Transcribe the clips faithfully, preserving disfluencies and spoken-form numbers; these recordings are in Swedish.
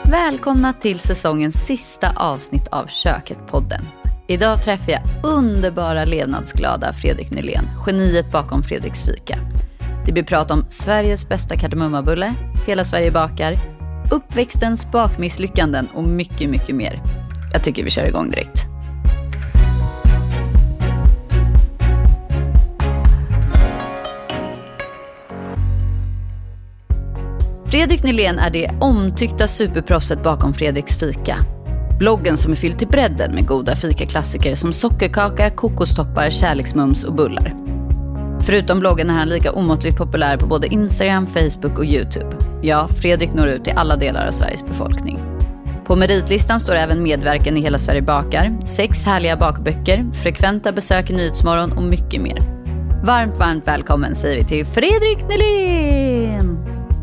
Välkomna till säsongens sista avsnitt av Köket-podden. Idag träffar jag underbara levnadsglada Fredrik Nylén, geniet bakom Fredriks fika. Det blir prat om Sveriges bästa kardemummabulle, Hela Sverige bakar, uppväxtens bakmisslyckanden och mycket, mycket mer. Jag tycker vi kör igång direkt. Fredrik Nylén är det omtyckta superproffset bakom Fredriks fika. Bloggen som är fylld till bredden med goda fikaklassiker som sockerkaka, kokostoppar, kärleksmums och bullar. Förutom bloggen är han lika omåttligt populär på både Instagram, Facebook och YouTube. Ja, Fredrik når ut till alla delar av Sveriges befolkning. På meritlistan står även medverkan i Hela Sverige bakar, sex härliga bakböcker, frekventa besök i Nyhetsmorgon och mycket mer. Varmt, varmt välkommen säger vi till Fredrik Nylén!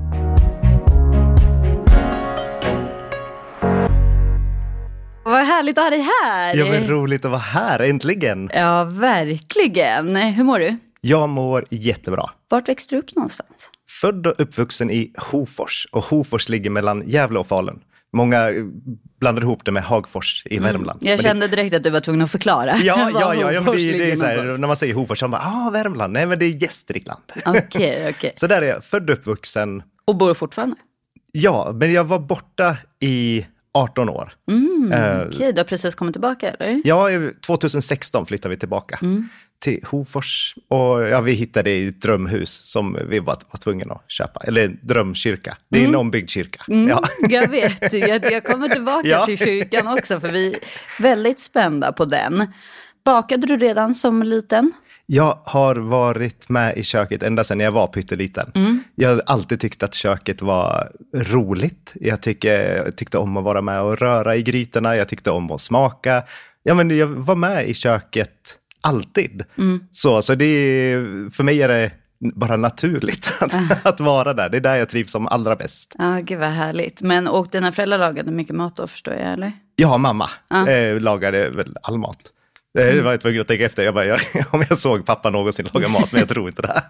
Vad härligt att ha dig här. Ja, men roligt att vara här, äntligen. Ja, verkligen. Hur mår du? Jag mår jättebra. Vart växte du upp någonstans? Född och uppvuxen i Hofors. Och Hofors ligger mellan Gävle och Falun. Många blandar ihop det med Hagfors i Värmland. Mm. Jag kände direkt att du var tvungen att förklara. Ja, ja, ja, ja det, det är så här, när man säger Hofors så bara, ah, Värmland. Nej, men det är Gästrikland. Okej, okay, okej. Okay. Så där är jag, född och uppvuxen. Och bor fortfarande? Ja, men jag var borta i arton år. Mm, uh, Okej, okay. Du har precis kommit tillbaka, eller? Ja, tjugohundrasexton flyttade vi tillbaka mm. till Hofors. Och ja, vi hittade ett drömhus som vi var, var tvungna att köpa. Eller en drömkyrka. Det är mm. en ombyggd kyrka. Mm, ja. Jag vet, jag, jag kommer tillbaka ja. till kyrkan också. För vi är väldigt spända på den. Bakade du redan som liten? Jag har varit med i köket ända sedan jag var pytteliten. Mm. Jag har alltid tyckt att köket var roligt. Jag, tycker, jag tyckte om att vara med och röra i grytorna. Jag tyckte om att smaka. Ja, men jag var med i köket alltid. Mm. Så, så det är, för mig är det bara naturligt att, äh. att vara där. Det är där jag trivs som allra bäst. Ja, gud vad härligt. Men och dina föräldrar lagade mycket mat då, förstår jag, eller? Ja, mamma äh. eh, lagade väl all mat. Det var jag tvungen att tänka efter. Jag bara, jag, om jag såg pappa någonsin laga mat, men jag tror inte det här.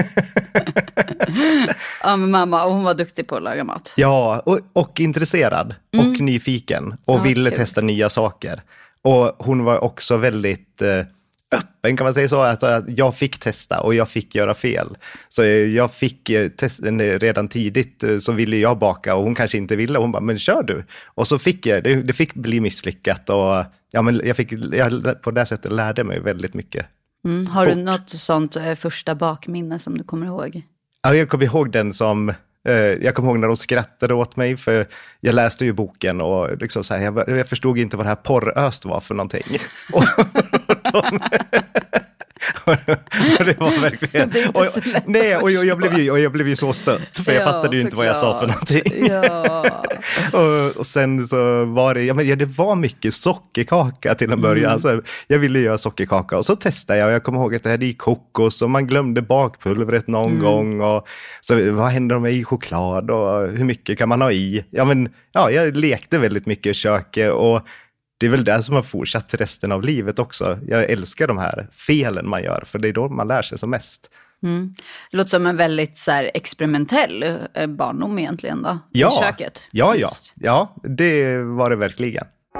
Ja, men mamma, och hon var duktig på att laga mat. Ja, och, och intresserad och mm. nyfiken och ja, ville kul. testa nya saker. Och hon var också väldigt eh, öppen, kan man säga så. Alltså, att jag fick testa och jag fick göra fel. Så jag fick eh, testa redan tidigt, eh, så ville jag baka och hon kanske inte ville. Hon bara, men kör du. Och så fick jag, det, det fick bli misslyckat och ja, men jag fick, jag på det sättet lärde mig väldigt mycket. Mm. Har fort. Du något sånt eh, första bakminne som du kommer ihåg? Ja, jag kommer ihåg den som, eh, jag kommer ihåg när de skrattade åt mig, för jag läste ju boken och liksom så här, jag, jag förstod inte vad det här porröst var för någonting. och, de, och det var verkligen, det är inte så lätt. Och, nej, och jag, jag, blev ju, och jag blev ju så stött, för jag ja, fattade ju inte vad jag sa för någonting. Ja. och, och sen så var det, ja, men, ja, det var mycket sockerkaka till en början. Mm. Alltså, jag ville göra sockerkaka och så testade jag och jag kommer ihåg att det hade i kokos och man glömde bakpulvret någon mm. gång. Och, så vad händer med i choklad och hur mycket kan man ha i? Ja, men, ja, jag lekte väldigt mycket i köket och det är väl det som har fortsatt resten av livet också. Jag älskar de här felen man gör, för det är då man lär sig som mest. Mm. Det låter som en väldigt så här, experimentell barndom egentligen då, ja. i köket. Ja, ja. Ja, det var det verkligen.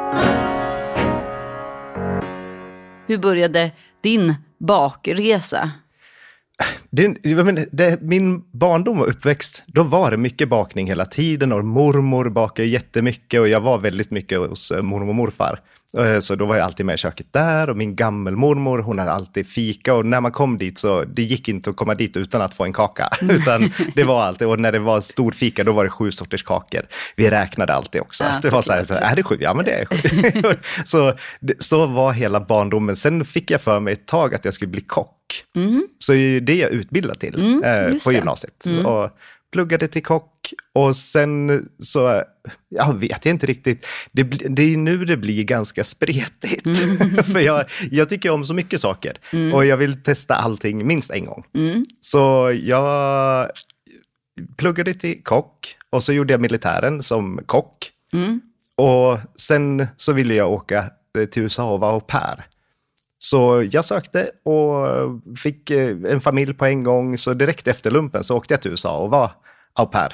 Hur började din bakresa? Det, det, det, min barndom och uppväxt, då var det mycket bakning hela tiden och mormor bakade jättemycket och jag var väldigt mycket hos mormor och morfar. Så då var jag alltid med i köket där och min gammelmormor, hon hade alltid fika och när man kom dit så det gick inte att komma dit utan att få en kaka. Utan det var alltid, och när det var stor fika då var det sju sorters kakor. Vi räknade alltid också. Ja, det var så här, så, är det sju? Ja, men det är sju. så, så var hela barndomen. Sen fick jag för mig ett tag att jag skulle bli kock. Mm. Så det är det jag utbildade till mm, eh, på gymnasiet. Mm. Så, pluggade till kock och sen så, jag vet jag inte riktigt, det, det är nu det blir ganska spretigt. Mm. För jag, jag tycker om så mycket saker mm. och jag vill testa allting minst en gång. Mm. Så jag pluggade till kock och så gjorde jag militären som kock. Mm. Och sen så ville jag åka till U S A och vara au pair. Så jag sökte och fick en familj på en gång. Så direkt efter lumpen så åkte jag till U S A och var au pair.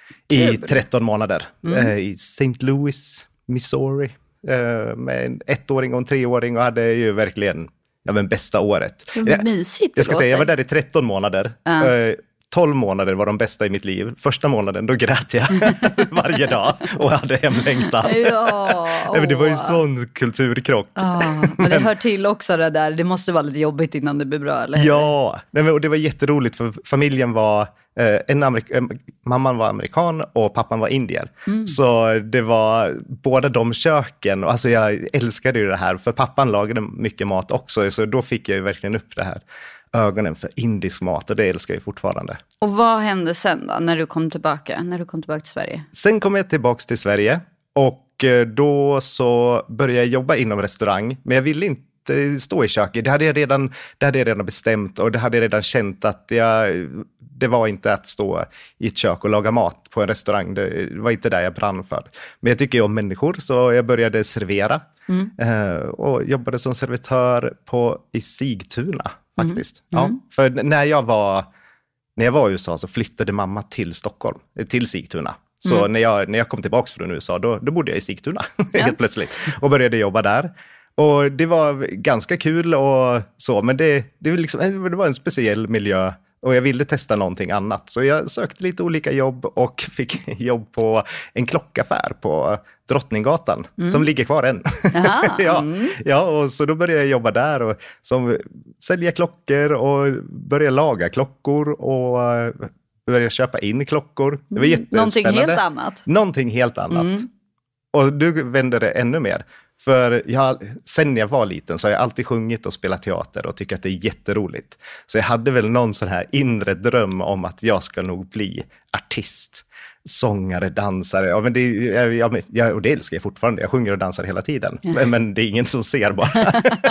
i tretton månader mm. eh, i Saint Louis, Missouri. Eh, med en ettåring och en treåring och hade ju verkligen ja, men bästa året. Jag, mysigt, jag ska säga, jag var där i tretton månader. Uh. Eh, tolv månader var de bästa i mitt liv. Första månaden, då grät jag varje dag och hade hemlängtan. Ja, Nej, men det var ju en sån kulturkrock. Ja, men det hör till också det där. Det måste vara lite jobbigt innan det blir bra, eller? Ja, nej, men, och det var jätteroligt för familjen var, eh, en Amerik- eh, mamman var amerikan och pappan var indier. Mm. Så det var båda de köken. Och alltså jag älskade ju det här, för pappan lagade mycket mat också. Så då fick jag ju verkligen upp det här. Ögonen för indisk mat, och det älskar jag fortfarande. Och vad hände sen då, när du kom tillbaka, när du kom tillbaka till Sverige? Sen kom jag tillbaka till Sverige och då så började jag jobba inom restaurang. Men jag ville inte stå i köket. Det hade jag redan, det hade jag redan bestämt och det hade jag redan känt att jag, det var inte att stå i ett kök och laga mat på en restaurang. Det var inte där jag brann för. Men jag tycker ju om människor, så jag började servera. Mm. Eh, och jobbade som servitör på, i Sigtuna. Faktiskt. Mm. Mm. Ja, för när jag var när jag var i U S A så flyttade mamma till Stockholm, till Sigtuna. Så mm. när, jag, när jag kom tillbaka från U S A då, då bodde jag i Sigtuna ja. helt plötsligt och började jobba där. Och det var ganska kul och så, men det, det, var liksom, det var en speciell miljö och jag ville testa någonting annat. Så jag sökte lite olika jobb och fick jobb på en klockaffär på Drottninggatan mm. som ligger kvar än. ja, mm. ja, och så då började jag jobba där och som sälja klockor och börja laga klockor och börja köpa in klockor. Det var jättespännande. Någonting helt annat. Någonting helt annat. Mm. Och du vänder det ännu mer. För jag, sen jag var liten så har jag alltid sjungit och spelat teater och tycker att det är jätteroligt. Så jag hade väl någon sån här inre dröm om att jag ska nog bli artist, sångare, dansare. Ja, men det, ja, men, ja, och det älskar jag fortfarande. Jag sjunger och dansar hela tiden. Mm. Men, men det är ingen som ser bara.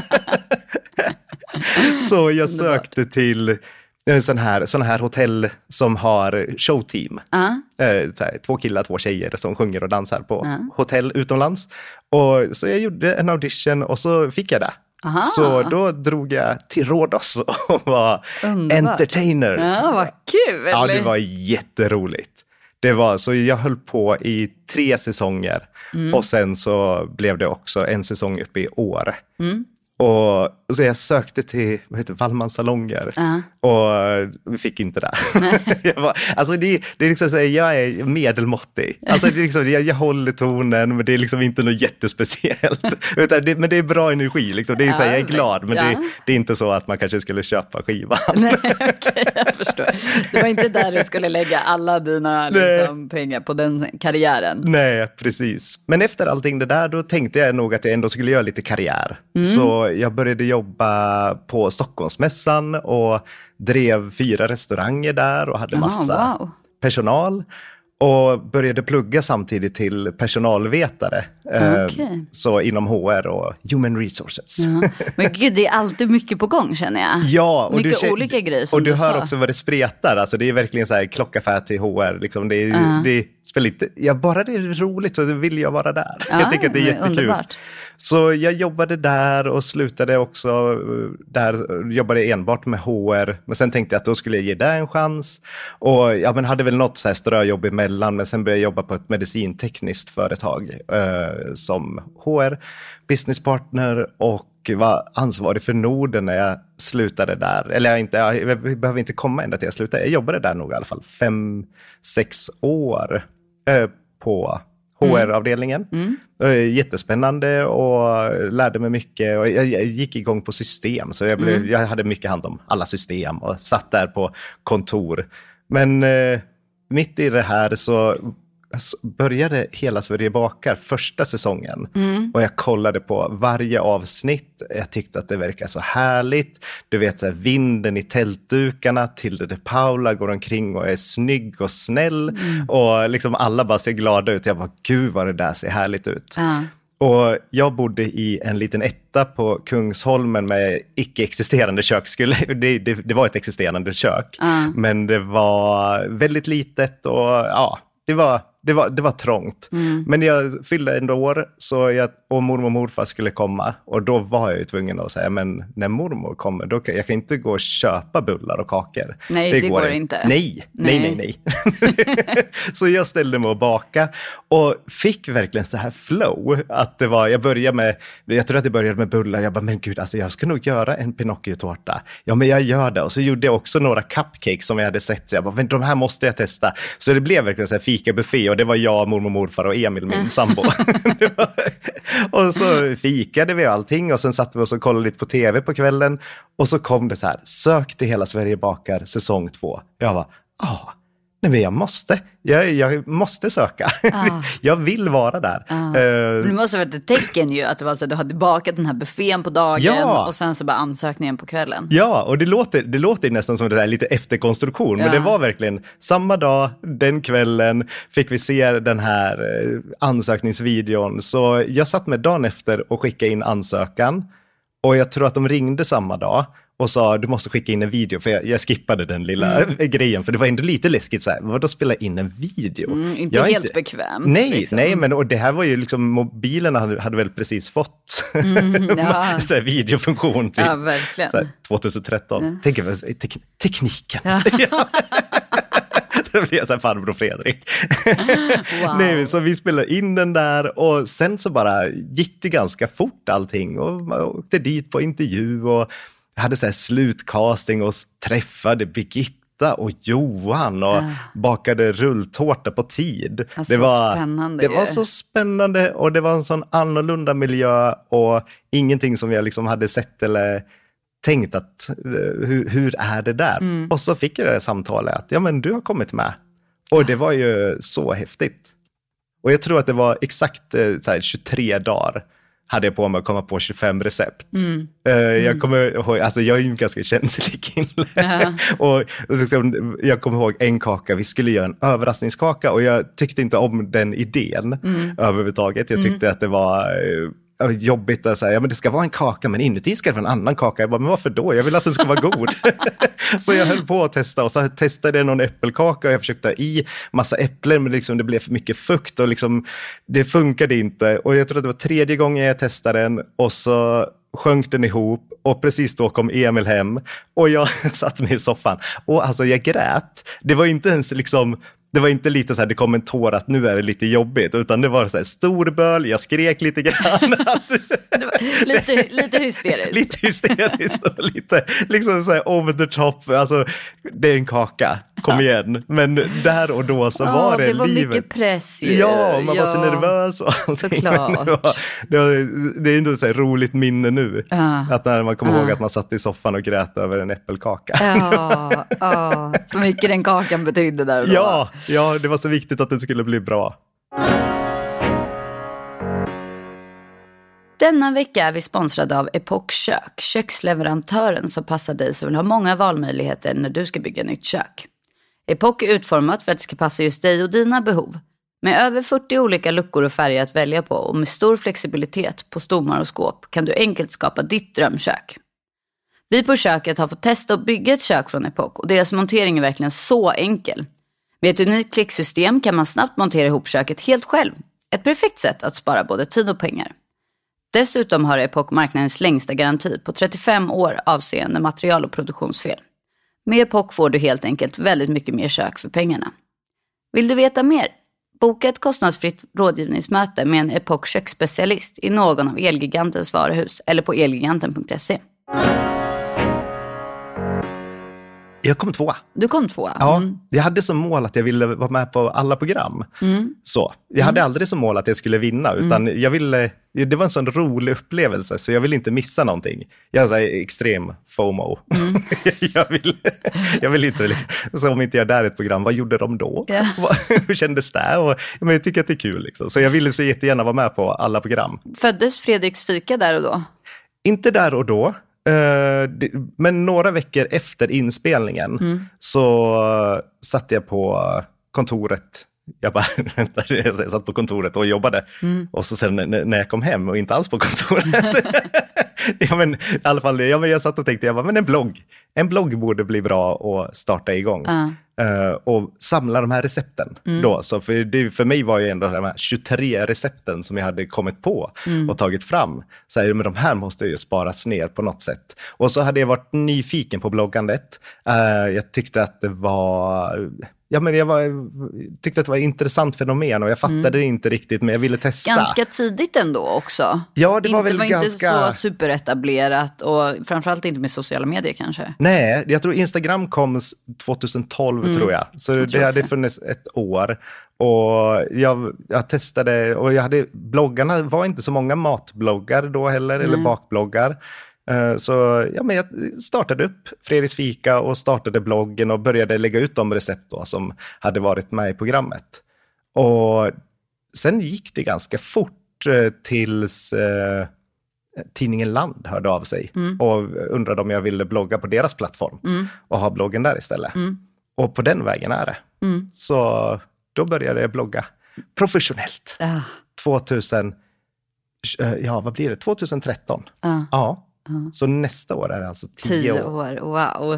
Så jag sökte till en sån här, sån här hotell som har showteam. Uh-huh. Eh, så här, två killar, två tjejer som sjunger och dansar på uh-huh. hotell utomlands. Och så jag gjorde en audition och så fick jag det. Aha. Så då drog jag till Rhodos och var Underbart. entertainer. Ja, vad kul! Ja, det var jätteroligt. Det var, så jag höll på i tre säsonger mm. och sen så blev det också en säsong uppe i år. Mm. Och, och så jag sökte till vad heter Wallmans salonger uh-huh. och vi fick inte det. jag var, alltså det, det är liksom så här, jag är medelmåttig. Alltså det är liksom, jag, jag håller tonen, men det är liksom inte något jättespeciellt. Utan det, men det är bra energi. Liksom. Det är ja, så här, jag är glad, men ja. det, det är inte så att man kanske skulle köpa skivan. Nej, okej, okay, jag förstår. Det var inte där du skulle lägga alla dina liksom, pengar på den karriären. Nej, precis. Men efter allting det där, då tänkte jag nog att jag ändå skulle göra lite karriär. Mm. Så jag började jobba på Stockholmsmässan och drev fyra restauranger där och hade massa oh, wow. personal. Och började plugga samtidigt till personalvetare. Okay. Eh, så inom H R och human resources. Ja. Men gud, det är alltid mycket på gång känner jag. Ja. Och mycket du, olika grejer som Och du, du hör sa. också vad det spretar. Alltså det är verkligen så här klockaffär till H R. Liksom. Det är, uh-huh. det spelar lite, ja, bara det är roligt så vill jag vara där. Ja, jag tycker att det är jättekul. Underbart. Så jag jobbade där och slutade också där, jobbade enbart med H R. Men sen tänkte jag att då skulle jag ge det en chans. Och ja, men hade väl något så här ströjobb emellan. Men sen började jag jobba på ett medicintekniskt företag eh, som H R, businesspartner och var ansvarig för Norden när jag slutade där. Eller jag, inte, jag, jag behöver inte komma ända till jag slutade. Jag jobbade där nog i alla fall fem, sex år eh, på H R-avdelningen. Mm. Mm. Jättespännande och lärde mig mycket. Och jag, jag gick igång på system. Så jag, blev, mm. jag hade mycket hand om alla system och satt där på kontor. Men eh, mitt i det här så började Hela Sverige bakar första säsongen. Mm. Och jag kollade på varje avsnitt. Jag tyckte att det verkar så härligt. Du vet, så här, vinden i tältdukarna. Tilde de Paula går omkring och är snygg och snäll. Mm. Och liksom alla bara ser glada ut. Jag bara, gud vad det där ser härligt ut. Uh. Och jag bodde i en liten etta på Kungsholmen med icke-existerande kök. Det, det, det var ett existerande kök. Uh. Men det var väldigt litet och ja, det var... Det var, det var trångt. Mm. Men jag fyllde ändå år så jag och mormor och morfar skulle komma. Och då var jag ju tvungen att säga, men när mormor kommer, då kan, jag kan inte gå och köpa bullar och kakor. Nej, det, det går, går inte. Nej, nej, nej, nej. nej. Så jag ställde mig och baka och fick verkligen så här flow. Att det var, jag började med, jag tror att det började med bullar. Jag bara, men gud, alltså jag ska nog göra en Pinocchio-tårta. Ja, men jag gör det. Och så gjorde jag också några cupcakes som jag hade sett. Så jag bara, men de här måste jag testa. Så det blev verkligen så här fika-buffé. Och det var jag, mormor, morfar och Emil, min sambo. Och så fikade vi allting. Och sen satt vi oss och kollade lite på tv på kvällen. Och så kom det så här, sök till Hela Sverige bakar säsong två. Jag var, ja. Nej, men jag måste. Jag, jag måste söka. Ah. Jag vill vara där. Ah. Uh, det måste ha varit ett tecken ju att det var så att du hade bakat den här buffén på dagen ja. och sen så bara ansökningen på kvällen. Ja, och det låter, det låter nästan som det där lite efterkonstruktion. Ja. Men det var verkligen samma dag, den kvällen fick vi se den här ansökningsvideon. Så jag satt med dagen efter och skickade in ansökan. Och jag tror att de ringde samma dag. Och sa, du måste skicka in en video, för jag, jag skippade den lilla mm. grejen, för det var ändå lite läskigt så här, vadå spela in en video? Mm, inte jag helt inte... bekväm. Nej, liksom. nej, men och det här var ju liksom, mobilerna hade, hade väl precis fått mm, ja. så här, videofunktion till ja, verkligen. Så här, tjugohundratretton. Mm. Tänk mig, tek- tekniken. Ja. Så blev jag så här, farbror Fredrik. Wow. Nej, så vi spelade in den där och sen så bara gick det ganska fort allting och man åkte dit på intervju och hade så här slutcasting och träffade Birgitta och Johan och äh. bakade rulltårta på tid. Alltså, det var spännande. Det var så spännande och det var en sån annorlunda miljö och ingenting som jag liksom hade sett eller tänkt att hur, hur är det där? Mm. Och så fick jag det här samtalet att ja, men du har kommit med. Och det var ju så häftigt. Och jag tror att det var exakt så här, tjugotre dagar hade jag på mig att komma på tjugofem recept. Mm. Uh, jag mm. kommer ihåg, alltså jag är ju en ganska känslig kille. Uh-huh. och liksom, jag kommer ihåg en kaka, vi skulle göra en överraskningskaka och jag tyckte inte om den idén mm. överhuvudtaget. Jag tyckte mm. att det var uh, jobbigt att säga, ja men det ska vara en kaka men inuti ska det vara en annan kaka. Jag bara, men varför då? Jag vill att den ska vara god. Så jag höll på att testa och så testade jag någon äppelkaka och jag försökte ha i massa äpplen men liksom det blev för mycket fukt och liksom det funkade inte. Och jag tror att det var tredje gången jag testade den och så sjönk den ihop och precis då kom Emil hem och jag satt mig i soffan och alltså jag grät. Det var inte ens liksom Det var inte lite så här, det kom en tår att nu är det lite jobbigt, utan det var så här storböl, jag skrek lite grann. Att, det var lite, lite hysteriskt. Lite hysteriskt och lite liksom så här over the top. Alltså, det är en kaka, kom igen. Men där och då så ja, var det, det var livet. Mycket press ju. Ja, man ja. var så nervös. Och såklart. Det, var, det, var, det är ändå så här roligt minne nu. Ja. Att när man kommer ja. ihåg att man satt i soffan och grät över en äppelkaka. Ja, ja. Så mycket den kakan betydde där och då. Ja, ja, det var så viktigt att den skulle bli bra. Denna vecka är vi sponsrade av Epoch Kök, köksleverantören som passar dig som vill ha många valmöjligheter när du ska bygga nytt kök. Epoch är utformat för att det ska passa just dig och dina behov. Med över fyrtio olika luckor och färger att välja på och med stor flexibilitet på stommar och skåp kan du enkelt skapa ditt drömkök. Vi på köket har fått testa att bygga ett kök från Epoch och deras montering är verkligen så enkel. Med ett unikt klicksystem kan man snabbt montera ihop köket helt själv. Ett perfekt sätt att spara både tid och pengar. Dessutom har Epoch marknadens längsta garanti på trettiofem år avseende material- och produktionsfel. Med Epoch får du helt enkelt väldigt mycket mer kök för pengarna. Vill du veta mer? Boka ett kostnadsfritt rådgivningsmöte med en Epoch köksspecialist i någon av Elgigantens varuhus eller på elgiganten punkt se. Jag kom tvåa. Du kom tvåa? Ja, mm. jag hade som mål att jag ville vara med på alla program. Mm. Så, jag mm. hade aldrig som mål att jag skulle vinna, utan mm. jag ville, det var en sån rolig upplevelse så jag ville inte missa någonting. Jag är extrem FOMO. Mm. jag, vill, jag vill inte, så om inte jag är där i ett program, vad gjorde de då? Yeah. Hur kändes det? Och, men jag tycker att det är kul. Liksom. Så jag ville så jättegärna vara med på alla program. Föddes Fredriks fika där och då? Inte där och då. Uh, det, men några veckor efter inspelningen mm. så uh, satt jag på kontoret. Jag bara, vänta, jag satt på kontoret och jobbade. Mm. Och så sen när, när jag kom hem och inte alls på kontoret ja, men, i alla fall, ja, men jag satt och tänkte, jag bara, men en blogg. En blogg borde bli bra att starta igång. Uh. Uh, och samla de här recepten. Mm. Då. Så för, det, för mig var ju ändå de här tjugotre recepten som jag hade kommit på mm. och tagit fram. Så här, men de här måste ju sparas ner på något sätt. Och så hade jag varit nyfiken på bloggandet. Uh, jag tyckte att det var... Ja, men jag var, tyckte att det var ett intressant fenomen och jag fattade mm. det inte riktigt, men jag ville testa. Ganska tidigt ändå också. Ja, det var inte, väl var ganska... inte så superetablerat och framförallt inte med sociala medier kanske. Nej, jag tror Instagram kom tjugohundratolv mm. tror jag. Så jag det hade det. funnits ett år. Och jag, jag testade och jag hade, bloggarna var inte så många matbloggar då heller, mm. eller bakbloggar. Så ja, men jag startade upp Fredriks fika och startade bloggen och började lägga ut de recept då som hade varit med i programmet. Och sen gick det ganska fort tills eh, tidningen Land hörde av sig mm. och undrade om jag ville blogga på deras plattform mm. och ha bloggen där istället. Mm. Och på den vägen är det. Mm. Så då började jag blogga professionellt. Uh. tvåtusen, ja vad blir det? tjugohundratretton. Uh. Ja. Uh. Så nästa år är det alltså tio, tio år. år. Wow.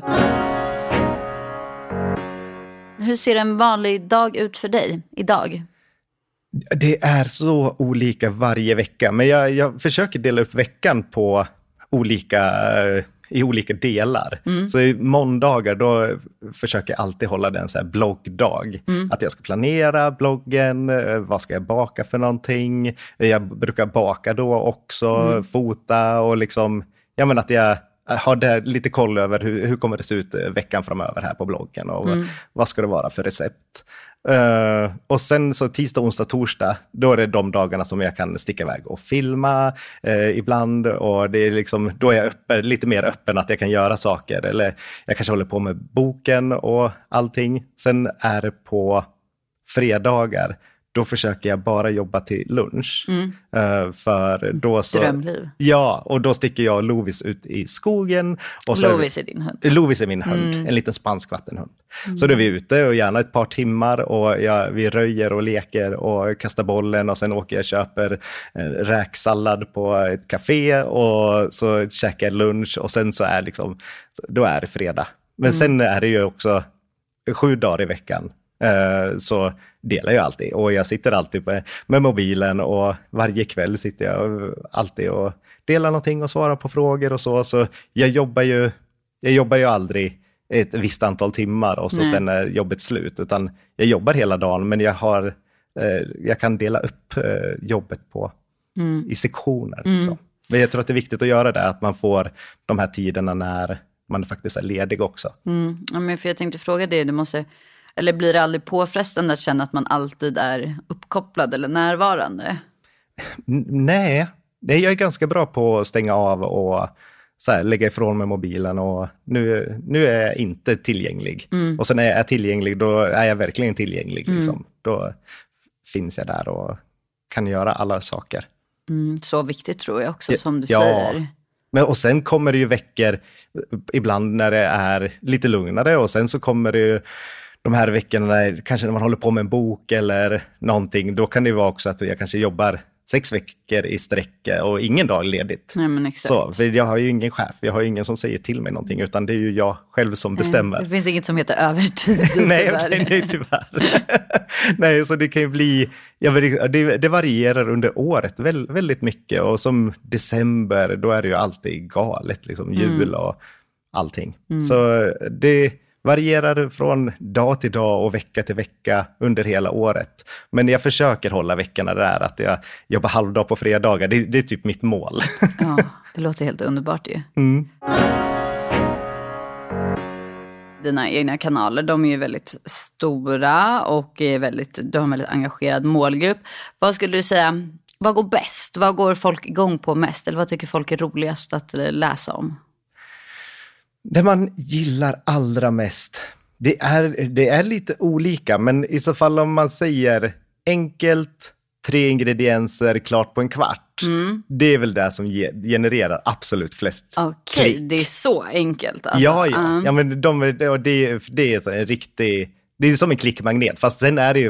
Hur ser en vanlig dag ut för dig idag? Det är så olika varje vecka. Men jag, jag försöker dela upp veckan på olika, i olika delar. Mm. Så i måndagar då försöker jag alltid hålla den så här bloggdag. Mm. Att jag ska planera bloggen. Vad ska jag baka för någonting? Jag brukar baka då också. Mm. Fota och liksom... Ja, men att jag har där lite koll över hur, hur kommer det se ut veckan framöver här på bloggen och mm. vad ska det vara för recept. Uh, och sen så tisdag, onsdag, torsdag, då är det de dagarna som jag kan sticka iväg och filma uh, ibland. Och det är liksom, då är jag öppen, lite mer öppen att jag kan göra saker. Eller jag kanske håller på med boken och allting. Sen är det på fredagar. Då försöker jag bara jobba till lunch. Mm. Uh, för då så... Drömliv. Ja, och då sticker jag och Lovis ut i skogen. Och så Lovis är din hund. Lovis är min hund, mm. en liten spansk vattenhund. Mm. Så då är vi ute och gärna ett par timmar. Och jag, vi röjer och leker och kastar bollen. Och sen åker jag och köper en räksallad på ett café. Och så käkar jag lunch. Och sen så är liksom, då är det fredag. Men mm. sen är det ju också sju dagar i veckan. Uh, så delar jag alltid och jag sitter alltid på, med mobilen och varje kväll sitter jag alltid och delar någonting och svarar på frågor och så. Så jag jobbar ju, jag jobbar ju aldrig ett visst antal timmar och så Nej. Sen är jobbet slut, utan jag jobbar hela dagen, men jag har eh, jag kan dela upp eh, jobbet på mm. i sektioner. Mm. Så. Men jag tror att det är viktigt att göra det, att man får de här tiderna när man faktiskt är ledig också. Mm. Ja, men för jag tänkte fråga dig, du måste... Eller blir det aldrig påfrestande att känna att man alltid är uppkopplad eller närvarande? Nej, Nej jag är ganska bra på att stänga av och så här, lägga ifrån med mobilen. Och nu, nu är jag inte tillgänglig. Mm. Och sen när jag är tillgänglig, då är jag verkligen tillgänglig. Mm. Liksom. Då finns jag där och kan göra alla saker. Mm, så viktigt tror jag också, som du ja. säger. Men, och sen kommer det ju veckor ibland när det är lite lugnare. Och sen så kommer det ju... De här veckorna, när, kanske när man håller på med en bok eller någonting, då kan det ju vara också att jag kanske jobbar sex veckor i sträck och ingen dag ledigt. Nej, men exakt. Så, för jag har ju ingen chef, jag har ju ingen som säger till mig någonting, utan det är ju jag själv som bestämmer. Det finns inget som heter övertid. nej, okay, nej, tyvärr. nej, så det kan ju bli, ja, det, det varierar under året väldigt, väldigt mycket. Och som december, då är det ju alltid galet, liksom jul mm. och allting. Mm. Så det... varierar från dag till dag och vecka till vecka under hela året. Men jag försöker hålla veckorna där, att jag jobbar halvdag på fredagar. Det, det är typ mitt mål. Ja, det låter helt underbart ju. Mm. Dina egna kanaler, de är ju väldigt stora och är väldigt, de har en väldigt engagerad målgrupp. Vad skulle du säga, vad går bäst? Vad går folk igång på mest? Eller vad tycker folk är roligast att läsa om? Det man gillar allra mest, det är, det är lite olika, men i så fall om man säger enkelt, tre ingredienser, klart på en kvart, mm. det är väl det som ge, genererar absolut flest Okej, klick. Det är så enkelt. Alltså. Ja, ja. Uh. ja men de, det, det är så en riktig, det är som en klickmagnet, fast sen är det ju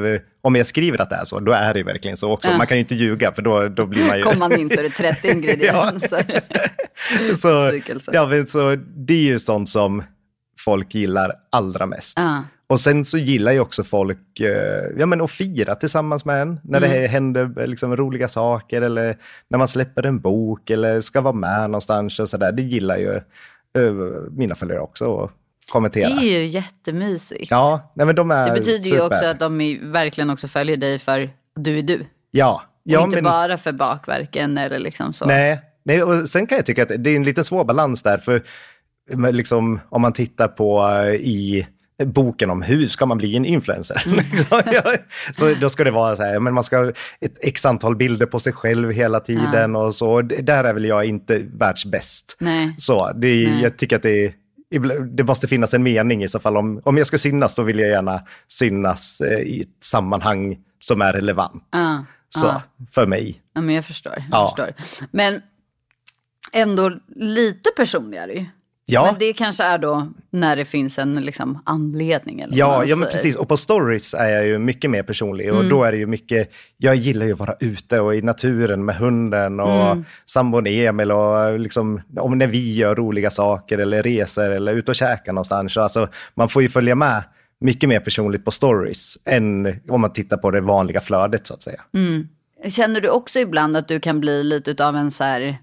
om jag skriver att det är så, då är det verkligen så också. Ja. Man kan ju inte ljuga, för då, då blir man ju... Kommer man in så är det trettio ingredienser. så, ja, men så det är ju sånt som folk gillar allra mest. Ja. Och sen så gillar ju också folk eh, ja, men att fira tillsammans med en. När mm. det händer liksom roliga saker, eller när man släpper en bok eller ska vara med någonstans och sådär. Det gillar ju eh, mina följare också att kommentera. Det är ju jättemysigt. Ja, nej, men de är det betyder super. Ju också att de är, verkligen också följer dig för du är du. Ja. ja och inte men... bara för bakverken eller liksom så. Nej, nej, och sen kan jag tycka att det är en lite svår balans där. För liksom, om man tittar på i... boken om hur ska man bli en influencer. Mm. så då ska det vara så här, men man ska ha ett x antal bilder på sig själv hela tiden ja. Och så. Där är väl jag inte världsbäst. Nej. Så det, Nej. Jag tycker att det, det måste finnas en mening i så fall. Om, om jag ska synas, då vill jag gärna synas i ett sammanhang som är relevant. Ja. Så, ja. För mig. Ja, men jag förstår. Jag ja. förstår. Men ändå lite personligare ju. Ja. Men det kanske är då när det finns en liksom anledning. Eller ja, ja, men precis. Och på stories är jag ju mycket mer personlig. Och mm. då är det ju mycket, jag gillar ju att vara ute och i naturen med hunden och mm. sambon Emil och liksom, om när vi gör roliga saker eller reser eller ut och käka någonstans. Alltså, man får ju följa med mycket mer personligt på stories än om man tittar på det vanliga flödet så att säga. Mm. Känner du också ibland att du kan bli lite av en så här...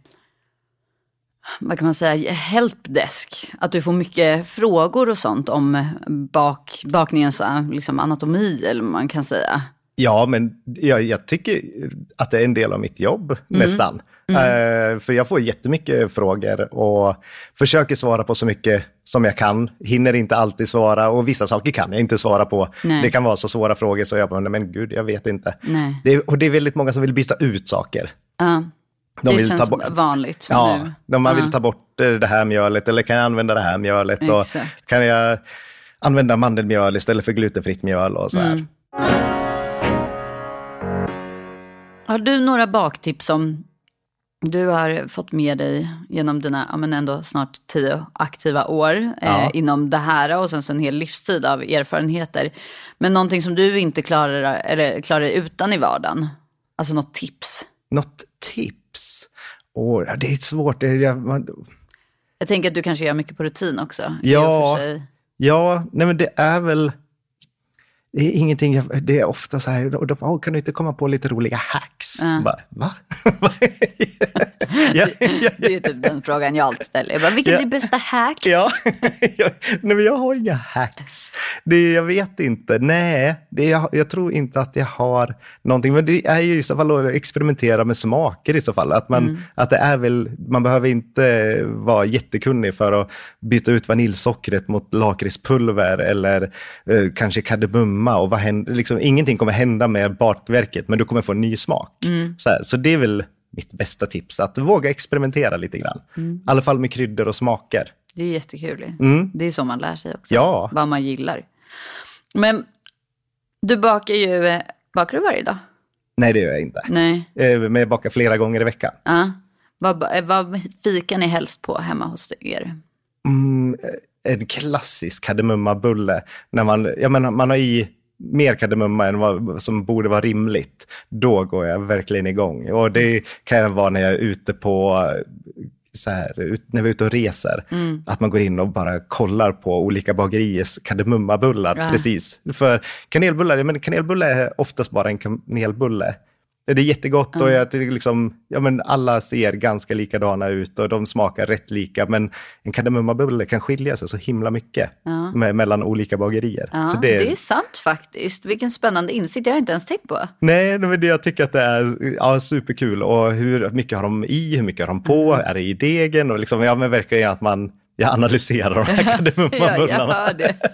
vad kan man säga, helpdesk, att du får mycket frågor och sånt om bak, bakningens liksom anatomi, eller man kan säga. Ja, men jag, jag tycker att det är en del av mitt jobb, mm. nästan. Mm. Uh, för jag får jättemycket frågor och försöker svara på så mycket som jag kan. Hinner inte alltid svara, och vissa saker kan jag inte svara på. Nej. Det kan vara så svåra frågor så jag bara, men gud, jag vet inte. Nej. Det är, och det är väldigt många som vill byta ut saker. Ja. Uh. De det vill känns ta bo- vanligt ja, nu. De man vill ta bort det här mjölet, eller kan jag använda det här mjölet? Och kan jag använda mandelmjöl istället för glutenfritt mjöl och så här. Mm. Har du några baktips som du har fått med dig genom dina ja, men ändå snart tio aktiva år ja. eh, inom det här, och sen så en hel livstid av erfarenheter. Men någonting som du inte klarar, eller klarar utan i vardagen? Alltså något tips? Något tips? Oh, det är svårt. Det är, jag, man... jag tänker att du kanske gör mycket på rutin också. Ja, ja nej men det är väl... Det är ingenting, jag, det är ofta så här, och då oh, kan du inte komma på lite roliga hacks? Uh. Bara, va? ja, ja, ja. Det är typ den frågan jag alltid ställer. Jag bara, vilken ja. är bästa hack? Ja, jag, nej, men jag har inga hacks. Det, jag vet inte. Nej, det, jag, jag tror inte att jag har någonting. Men det är ju i så fall att experimentera med smaker i så fall. Att, man, mm. att det är väl, man behöver inte vara jättekunnig för att byta ut vaniljsockret mot lakritspulver eller eh, kanske kardemumma. Och vad händer, liksom, ingenting kommer hända med bakverket, men du kommer få en ny smak. Mm. Så, här, så det är väl mitt bästa tips, att våga experimentera lite grann. Mm. I alla fall med kryddor och smaker. Det är jättekul. Mm. Det är så man lär sig också. Ja. Vad man gillar. Men du bakar ju, bakar du varje dag? Nej, det gör jag inte. Nej. Men jag bakar flera gånger i veckan. Ja. Vad, vad fikar ni helst på hemma hos er? Mm, en klassisk kardemummabulle. När man, jag menar, man har i mer kardemumma än vad som borde vara rimligt. Då går jag verkligen igång. Och det kan vara när jag är ute på... så här, ut, när vi är ute och reser, mm. att man går in och bara kollar på olika bageriers kardemummabullar. Ja. Precis. För kanelbullar, men kanelbulle är oftast bara en kanelbulle. Det är jättegott mm. och jag, liksom, ja, men alla ser ganska likadana ut och de smakar rätt lika, men en kardemummabulle kan skilja sig så himla mycket ja. med, mellan olika bagerier. Ja, så det, det är sant faktiskt. Vilken spännande insikt, jag har inte ens tänkt på. Nej, men det, jag tycker att det är ja, superkul. Och hur mycket har de i, hur mycket har de på, mm. är det i degen? Och liksom, ja, men verkar att man jag analyserar de här kardemummabullarna. Ja, jag hör det.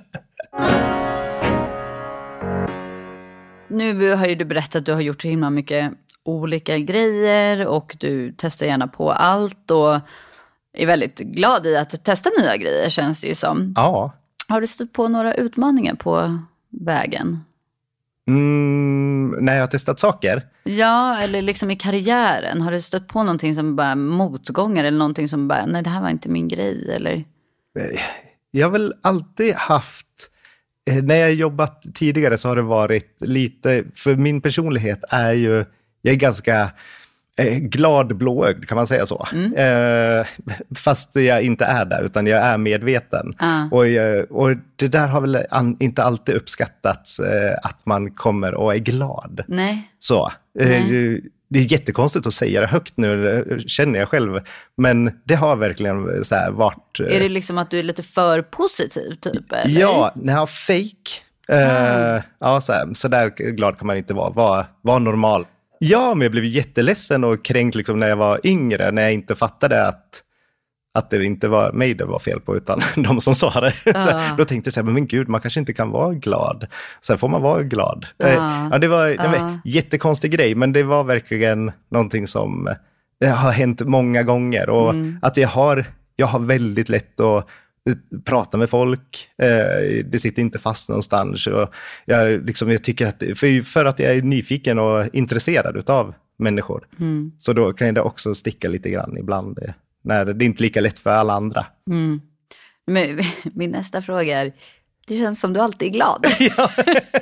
Nu har ju du berättat att du har gjort så himla mycket olika grejer och du testar gärna på allt och är väldigt glad i att testa nya grejer, känns det ju som. Ja. Har du stött på några utmaningar på vägen? Mm, när jag har testat saker? Ja, eller liksom i karriären. Har du stött på någonting som bara motgångar eller någonting som bara, nej det här var inte min grej eller? Jag har väl alltid haft när jag jobbat tidigare så har det varit lite, för min personlighet är ju, jag är ganska eh, glad blåögd, kan man säga så. Mm. Eh, fast jag inte är där, utan jag är medveten. Uh. Och, jag, och det där har väl an, inte alltid uppskattats, eh, att man kommer och är glad. Nej. Så. Nej. Eh, Det är jättekonstigt att säga det högt nu, känner jag själv. Men det har verkligen så här varit... Är det liksom att du är lite för positiv typ? Eller? Ja, när jag har fake. Mm. Uh, ja, så, här, så där glad kan man inte vara. Var, var normal. Ja, men jag blev jätteledsen och kränkt liksom när jag var yngre. När jag inte fattade att, att det inte var mig det var fel på, utan de som sa det. Uh. Då tänkte jag så här, men gud, man kanske inte kan vara glad. Sen får man vara glad. Uh. Ja, det var, det var en uh. jättekonstig grej, men det var verkligen någonting som har hänt många gånger. Och mm. att jag har, jag har väldigt lätt att prata med folk. Det sitter inte fast någonstans. Och jag, liksom, jag tycker att, för, för att jag är nyfiken och intresserad av människor. Mm. Så då kan det också sticka lite grann ibland. När det är inte lika lätt för alla andra. Mm. Men min nästa fråga är, det känns som du alltid är glad. Ja.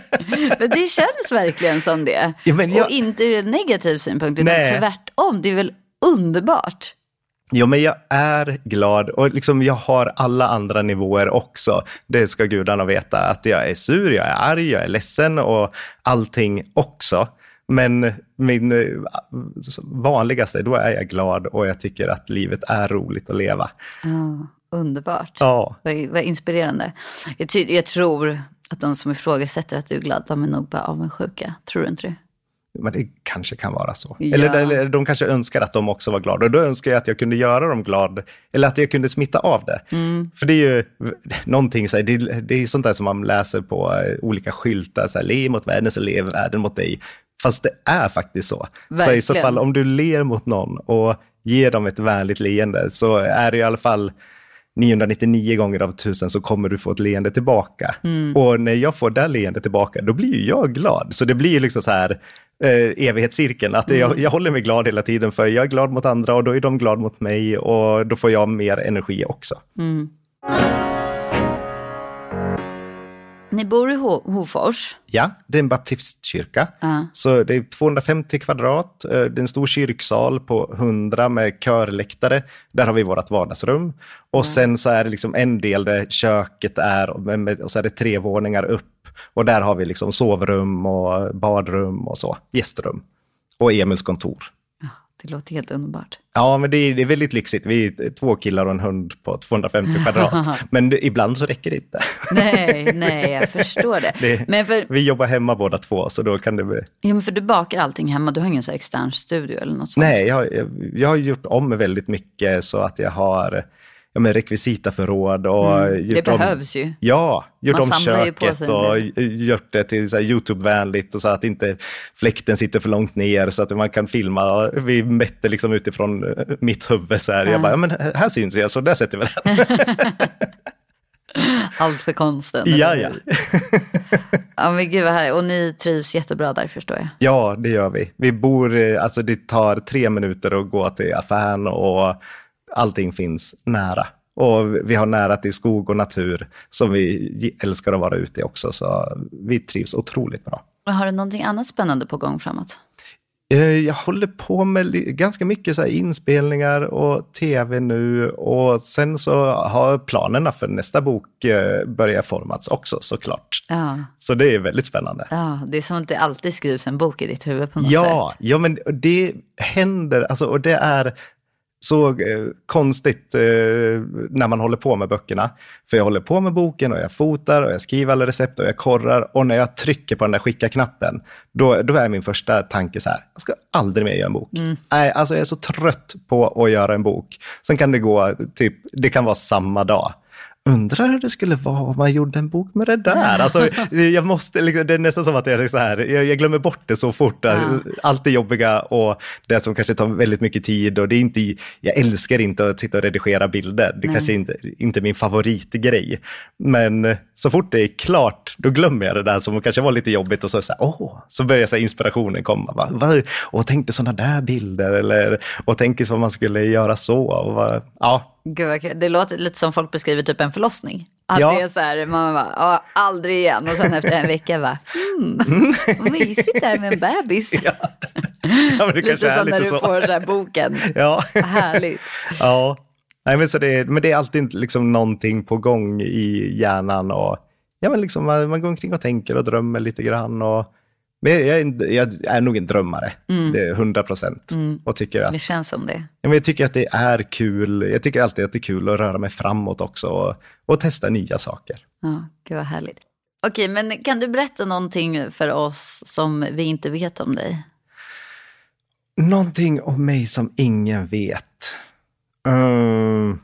Men det känns verkligen som det. Ja, men jag... Och inte ur en negativ synpunkt, utan Nej. tvärtom. Det är väl underbart. Ja, men jag är glad och liksom jag har alla andra nivåer också. Det ska gudarna veta, att jag är sur, jag är arg, jag är ledsen och allting också. Men min vanligaste, då är jag glad och jag tycker att livet är roligt att leva. Oh, underbart. Ja. Vad, vad inspirerande. Jag, ty- jag tror att de som ifrågasätter att du är glad, de är nog bara avundsjuka. Tror du inte det? Men det kanske kan vara så. Ja. Eller, eller de kanske önskar att de också var glada. Och då önskar jag att jag kunde göra dem glad. Eller att jag kunde smitta av det. Mm. För det är ju någonting, så här, det, det är sånt där som man läser på olika skyltar. Så här, le mot världen så lever världen mot dig. Fast det är faktiskt så. Verkligen. Så i så fall, om du ler mot någon och ger dem ett vänligt leende, så är det i alla fall niohundranittionio gånger av tusen så kommer du få ett leende tillbaka. Mm. Och när jag får det leende tillbaka, då blir ju jag glad. Så det blir liksom så här eh, evighetscirkeln. Att mm. jag, jag håller mig glad hela tiden, för jag är glad mot andra och då är de glad mot mig och då får jag mer energi också. Mm. Ni bor i Ho- Hofors? Ja, det är en baptistkyrka. Uh. Så det är tvåhundrafemtio kvadrat. Det är en stor kyrksal på hundra med körläktare. Där har vi vårt vardagsrum. Och uh. sen så är det liksom en del där köket är, och så är det tre våningar upp. Och där har vi liksom sovrum och badrum och så. Gästrum. Och Emils kontor. Det låter helt underbart. Ja, men det är, det är väldigt lyxigt. Vi är två killar och en hund på tvåhundrafemtio kvadrat. Men det, ibland så räcker det inte. Nej, nej, jag förstår det. det men för, vi jobbar hemma båda två, så då kan det bli... Ja, men för du bakar allting hemma. Du har ingen så extern studio eller något sånt? Nej, jag, jag, jag har gjort om väldigt mycket så att jag har... Ja, men rekvisitaförråd och mm, det om, behövs ju. Ja, gjort om köket och gjort det till så här YouTube-vänligt och så att inte fläkten sitter för långt ner så att man kan filma. Vi mätte liksom utifrån mitt huvud så här. Ja. Jag bara, ja, men här syns jag, så där sätter vi den. Allt för konsten. Ja, ja. Ja, men gud vad här. Och ni trivs jättebra där, förstår jag. Ja, det gör vi. Vi bor, alltså det tar tre minuter att gå till affären och allting finns nära. Och vi har nära till skog och natur som vi älskar att vara ute i också. Så vi trivs otroligt bra. Har du någonting annat spännande på gång framåt? Jag håller på med ganska mycket så här inspelningar och tv nu. Och sen så har planerna för nästa bok börjat formats också, såklart. Ja. Så det är väldigt spännande. Ja, det är som att det alltid skrivs en bok i ditt huvud på något ja, sätt. Ja, men det händer. Alltså, och det är... så eh, konstigt eh, när man håller på med böckerna. För jag håller på med boken och jag fotar och jag skriver alla recept och jag korrar. Och när jag trycker på den där skicka-knappen, då, då är min första tanke så här: jag ska aldrig mer göra en bok. Mm. Nej, alltså jag är så trött på att göra en bok. Sen kan det gå, typ, det kan vara samma dag. Undrar hur det skulle vara om man gjorde en bok med det där. Alltså, jag måste, liksom, det är nästan som att jag, är så här, jag, jag glömmer bort det så fort. Ja. Allt det jobbiga och det som kanske tar väldigt mycket tid. Och det är inte, jag älskar inte att sitta och redigera bilder. Det Nej. kanske inte inte min favoritgrej. Men så fort det är klart, då glömmer jag det där som kanske var lite jobbigt. Och så, så, här, åh, så börjar så här, inspirationen komma. Va, va, och tänkte sådana där bilder. Eller, och tänkte vad man skulle göra så. Och va, ja. Gud, det låter lite som folk beskriver typ en förlossning. Att Ja. det är så här, man bara, ja, aldrig igen. Och sen efter en vecka bara, hmm, mysigt där med en bebis. Ja. Ja, men det Lite kanske är som lite när du så. får den här boken. Ja. Härligt. Ja. Nej, men, så det är, men det är alltid liksom någonting på gång i hjärnan. Och, ja, men liksom, man, man går omkring och tänker och drömmer lite grann. Och, men jag, är, jag är nog en drömmare, mm. det är hundra procent. Mm. Och tycker att, det känns som det. Ja, men jag tycker att det är kul. Jag tycker alltid att det är kul att röra mig framåt också. Och, och testa nya saker. Ja, gud vad härligt. Okej, men kan du berätta någonting för oss som vi inte vet om dig? Någonting om mig som ingen vet. Um,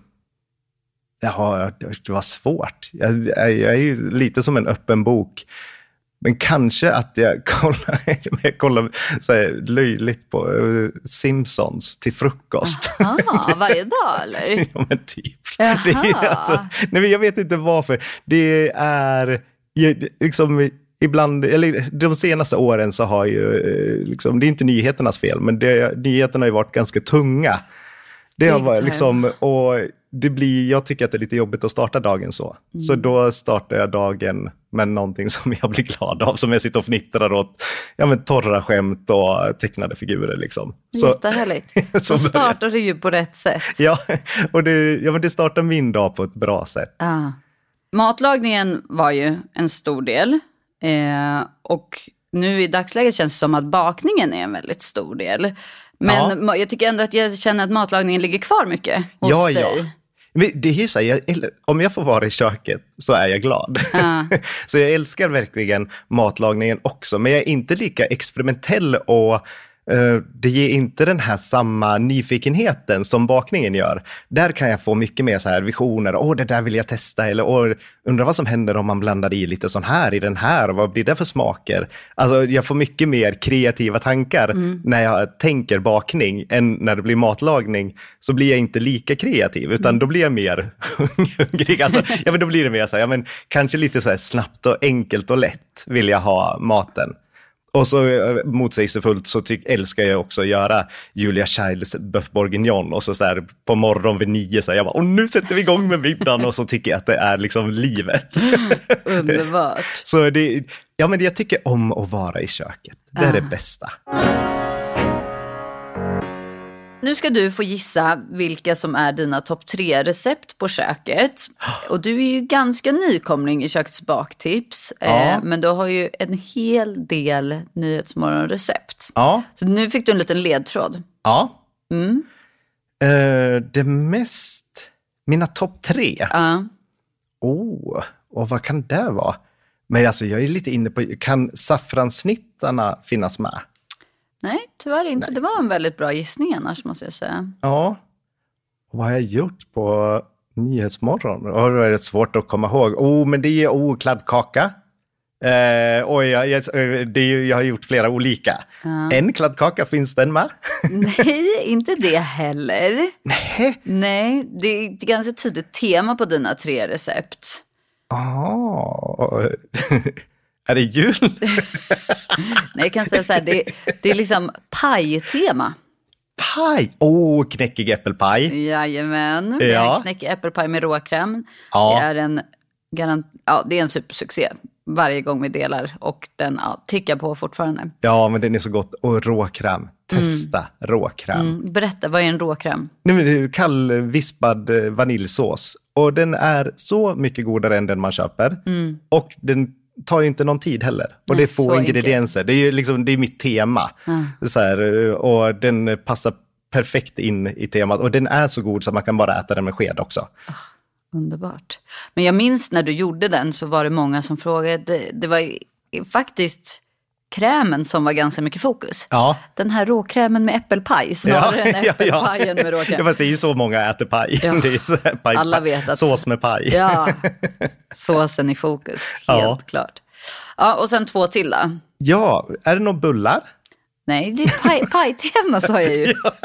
ja, det var svårt. Jag, jag, jag är ju lite som en öppen bok. Men kanske att jag kollar, jag kollar så här, löjligt på uh, Simpsons till frukost. Aha, varje dag eller? Ja, men typ. Det är, alltså, nej, men jag vet inte varför. Det är jag, liksom... Ibland, eller de senaste åren så har ju, liksom, det är inte nyheternas fel, men det, nyheterna har ju varit ganska tunga. Det har varit liksom, och det blir, jag tycker att det är lite jobbigt att starta dagen så. Mm. Så då startar jag dagen med någonting som jag blir glad av, som jag sitter och fnittrar åt, ja men torra skämt och tecknade figurer liksom. Så, jättehärligt. Så, så startar du ju på rätt sätt. Ja, och det, ja, men det startar min dag på ett bra sätt. Ah. Matlagningen var ju en stor del. Eh, och nu i dagsläget känns det som att bakningen är en väldigt stor del. Men ja. Jag tycker ändå att jag känner att matlagningen ligger kvar mycket hos ja, dig. Ja. Men det är så här, jag, om jag får vara i köket så är jag glad. Ja. Så jag älskar verkligen matlagningen också. Men jag är inte lika experimentell och Uh, det ger inte den här samma nyfikenheten som bakningen gör. Där kan jag få mycket mer så här visioner. Åh, oh, det där vill jag testa. Eller åh, undrar vad som händer om man blandar i lite sån här i den här. Och vad blir det för smaker? Alltså, jag får mycket mer kreativa tankar mm. när jag tänker bakning än när det blir matlagning. Så blir jag inte lika kreativ, utan mm. då blir jag mer hungrig. Alltså, ja, men då blir det mer så här, ja, men kanske lite så här snabbt och enkelt och lätt vill jag ha maten. Och så motsägelsefullt så tyck, älskar jag också att göra Julia Childs Bœuf Bourguignon. Och så, så här, på morgon vid nio så här, jag bara, och nu sätter vi igång med middagen. Och så tycker jag att det är liksom livet. Underbart. Så det, ja, men jag tycker om att vara i köket. Det är ah. det bästa. Nu ska du få gissa vilka som är dina topp tre recept på köket. Och du är ju ganska nykomling i kökets baktips. Ja. Eh, men du har ju en hel del Nyhetsmorgon-recept. Ja. Så nu fick du en liten ledtråd. Ja. Mm. Uh, det mest... Mina topp tre? Ja. Oh, och vad kan det vara? Men alltså jag är lite inne på... Kan saffransnittarna finnas med? Nej, tyvärr inte. Nej. Det var en väldigt bra gissning annars, måste jag säga. Ja. Och vad har jag gjort på Nyhetsmorgon? Oh, det är rätt svårt att komma ihåg. Oh, men det är oh, kladdkaka. Eh, och jag, jag, det är, jag har gjort flera olika. Ja. En kladdkaka, finns den med? Nej, inte det heller. Nej. Nej, det är ett ganska tydligt tema på dina tre recept. Ah. Är det jul? Nej, jag kan säga så här, det, det är liksom paj-tema. Paj? Åh, oh, knäckig äppelpaj. Jajamän, ja. knäckig äppelpaj med råkräm. Ja. Det är en garant, ja, det är en supersuccé varje gång vi delar. Och den ja, tickar på fortfarande. Ja, men den är så gott. Och råkräm. Testa mm. råkräm. Mm. Berätta, vad är en råkräm? Nej, men det är kall vispad vaniljsås. Och den är så mycket godare än den man köper. Mm. Och den tar ju inte någon tid heller. Och Nej, det är få ingredienser. Enkelt. Det är ju liksom, det är mitt tema. Mm. Så här, och den passar perfekt in i temat. Och den är så god så att man kan bara äta den med sked också. Oh, underbart. Men jag minns när du gjorde den så var det många som frågade. Det, det var faktiskt krämen som var ganska mycket fokus. Ja. Den här råkrämen med äppelpaj snarare ja, än äppelpajen ja, ja. med råkräm. Ja, fast det är ju så många äter paj. Ja. Det är så här, paj alla vet att... Sås med paj. Ja, såsen i fokus. Helt ja. klart. Ja, och sen två till då. Ja, är det några bullar? Nej, det är paj, pajtema sa jag ju. Ja.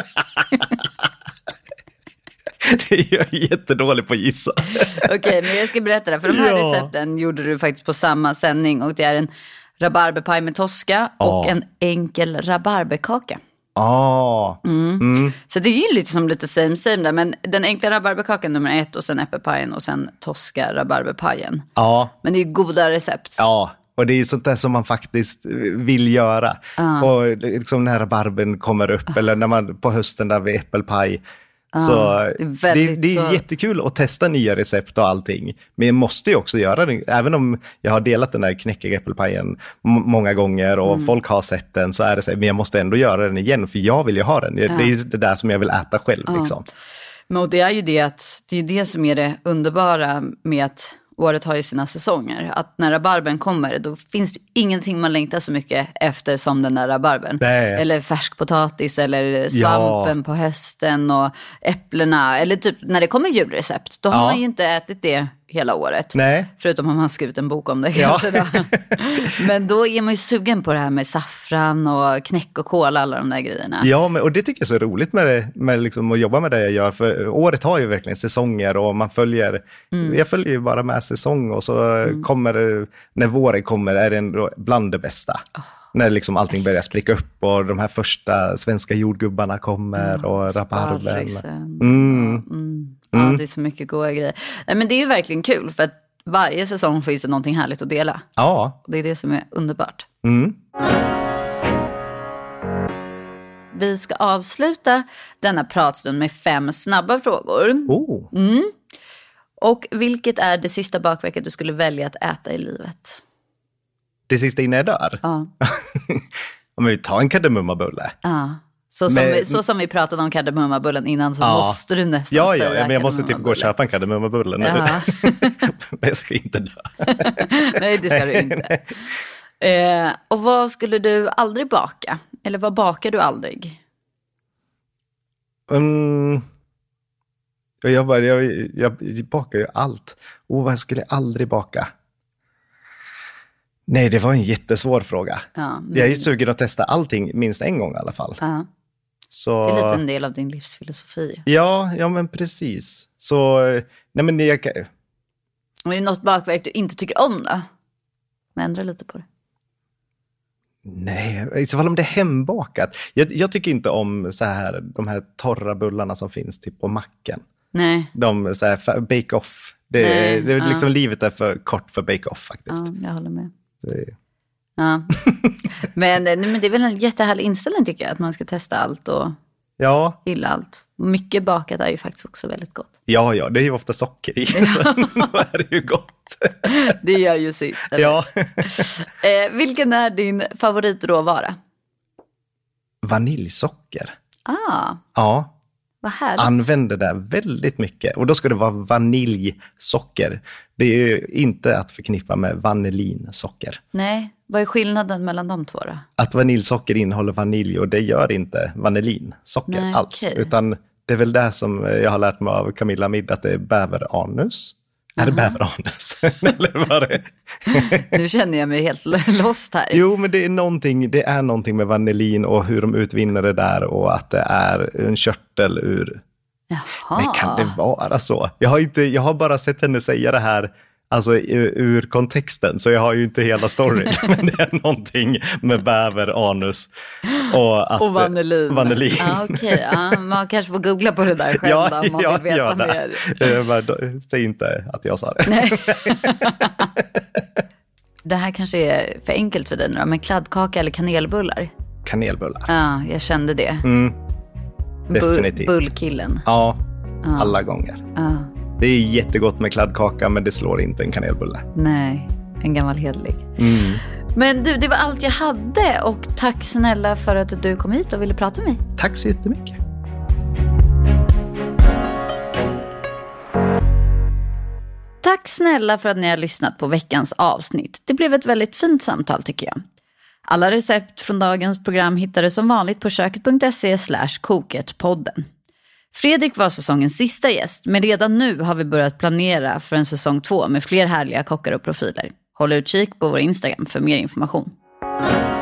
Det är jag jättedålig på att gissa. Okej, okay, men jag ska berätta det. För de här ja. recepten gjorde du faktiskt på samma sändning. Och det är en rabarberpaj med toska och ja. en enkel rabarberkaka. Ah. Mm. Mm. Så det är ju lite som lite same same där. Men den enkla rabarberkakan nummer ett och sen äppelpajen och sen toska rabarberpajen. Ja. Men det är ju goda recept. Ja, och det är sånt där som man faktiskt vill göra. Ah. Och liksom när rabarben kommer upp Ah. eller när man på hösten där vid äppelpaj. Ah, Så det är, väldigt, det, det är så... jättekul att testa nya recept och allting. Men jag måste ju också göra det. Även om jag har delat den där knäckiga äppelpajen m- många gånger och mm. folk har sett den, så är det så här, men jag måste ändå göra den igen för jag vill ju ha den. Det, ja. det är det där som jag vill äta själv. Ja. Liksom. Men det är ju det att det är det som är det underbara med att året har ju sina säsonger. Att när rabarben kommer, då finns det ingenting man längtar så mycket efter som den där rabarben. Nej. Eller färskpotatis eller svampen ja. på hösten och äpplena. Eller typ när det kommer julrecept, då har ja. man ju inte ätit det hela året. Nej. Förutom om man skrivit en bok om det kanske. Ja. Då. Men då är man ju sugen på det här med saffran och knäck och kål, alla de där grejerna. Ja, men, och det tycker jag är så roligt med, det, med liksom att jobba med det jag gör. För året har ju verkligen säsonger och man följer, mm. jag följer ju bara med säsong och så mm. kommer det, när våren kommer är det ändå bland det bästa. Oh. När liksom allting börjar spricka upp och de här första svenska jordgubbarna kommer mm. och rabarben. Mm. Mm. Ja, mm. det är så mycket goda grejer. Nej, men det är ju verkligen kul för att varje säsong finns det någonting härligt att dela. Ja. Och det är det som är underbart. Mm. Vi ska avsluta denna pratstund med fem snabba frågor. Oh. Mm. Och vilket är det sista bakverket du skulle välja att äta i livet? Det sista innan jag dör? Ja. Om vi tar en kardemummabulle. Ja. Så som, men, vi, så som vi pratade om kardemummabullen innan så ja. måste du nästan ja, säga ja, men jag måste typ gå och köpa en kardemummabulle nu. Ja. Men jag ska inte dö. Nej, det ska du inte. Eh, och vad skulle du aldrig baka? Eller vad bakar du aldrig? Um, jag, bara, jag, jag, jag bakar ju allt. Och vad skulle jag aldrig baka? Nej, det var en jättesvår fråga. Ja, men... Jag är sugen att testa allting minst en gång i alla fall. Ja. Så... Det är lite en del av din livsfilosofi. Ja, ja men precis. Så, nej men jag kan... Om det är något bakverk du inte tycker om då? Men ändra lite på det. Nej, i så fall om det är hembakat. Jag, jag tycker inte om så här, de här torra bullarna som finns typ på macken. Nej. De så här, bake-off. Det, nej, det är liksom ja. Livet är för kort för bake-off faktiskt. Ja, jag håller med. Det... Ja. men, men det är väl en jättehärlig inställning tycker jag. Att man ska testa allt och ja. gilla allt. Mycket bakat är ju faktiskt också väldigt gott. Ja, ja, det är ju ofta socker i. Så då är det ju gott. Det gör ju sitt. Eller? Ja. eh, vilken är din favoritråvara? Vaniljsocker. Ah. Ja. Vad härligt. Använder det väldigt mycket. Och då ska det vara vaniljsocker. Det är ju inte att förknippa med vanillinsocker. Nej, vad är skillnaden mellan de två då? Att vaniljsocker innehåller vanilj och det gör inte vanillinsocker Nej, alls. Okay. Utan det är väl det som jag har lärt mig av Camilla Midd, att det är bäveranus. Är det bäveranus? Eller vad det är? Nu känner jag mig helt lost här. Jo, men det är någonting, det är någonting med vanillin och hur de utvinner det där och att det är en körtel ur... Jaha. Men kan det vara så? Jag har, inte, jag har bara sett henne säga det här alltså ur, ur kontexten, så jag har ju inte hela storyn. Men det är någonting med bäveranus och, att, och vanillin. vanillin. Ja, okay. Ja, man kanske får googla på det där själv ja, om man ja, vill veta ja, mer. Säg inte att jag sa det. Nej. Det här kanske är för enkelt för dig nu då, men kladdkaka eller kanelbullar? Kanelbullar. Ja, jag kände det. Mm. Definitivt. Bull, bullkillen. Ja, ja, alla gånger. Ja. Det är jättegott med kladdkaka, men det slår inte en kanelbulle. Nej, en gammal hederlig. Mm. Men du, det var allt jag hade och tack snälla för att du kom hit och ville prata med mig. Tack så jättemycket. Tack snälla för att ni har lyssnat på veckans avsnitt. Det blev ett väldigt fint samtal tycker jag. Alla recept från dagens program hittar du som vanligt på köket punkt se slash koketpodden. Fredrik var säsongens sista gäst, men redan nu har vi börjat planera för en säsong två med fler härliga kockar och profiler. Håll utkik på vår Instagram för mer information.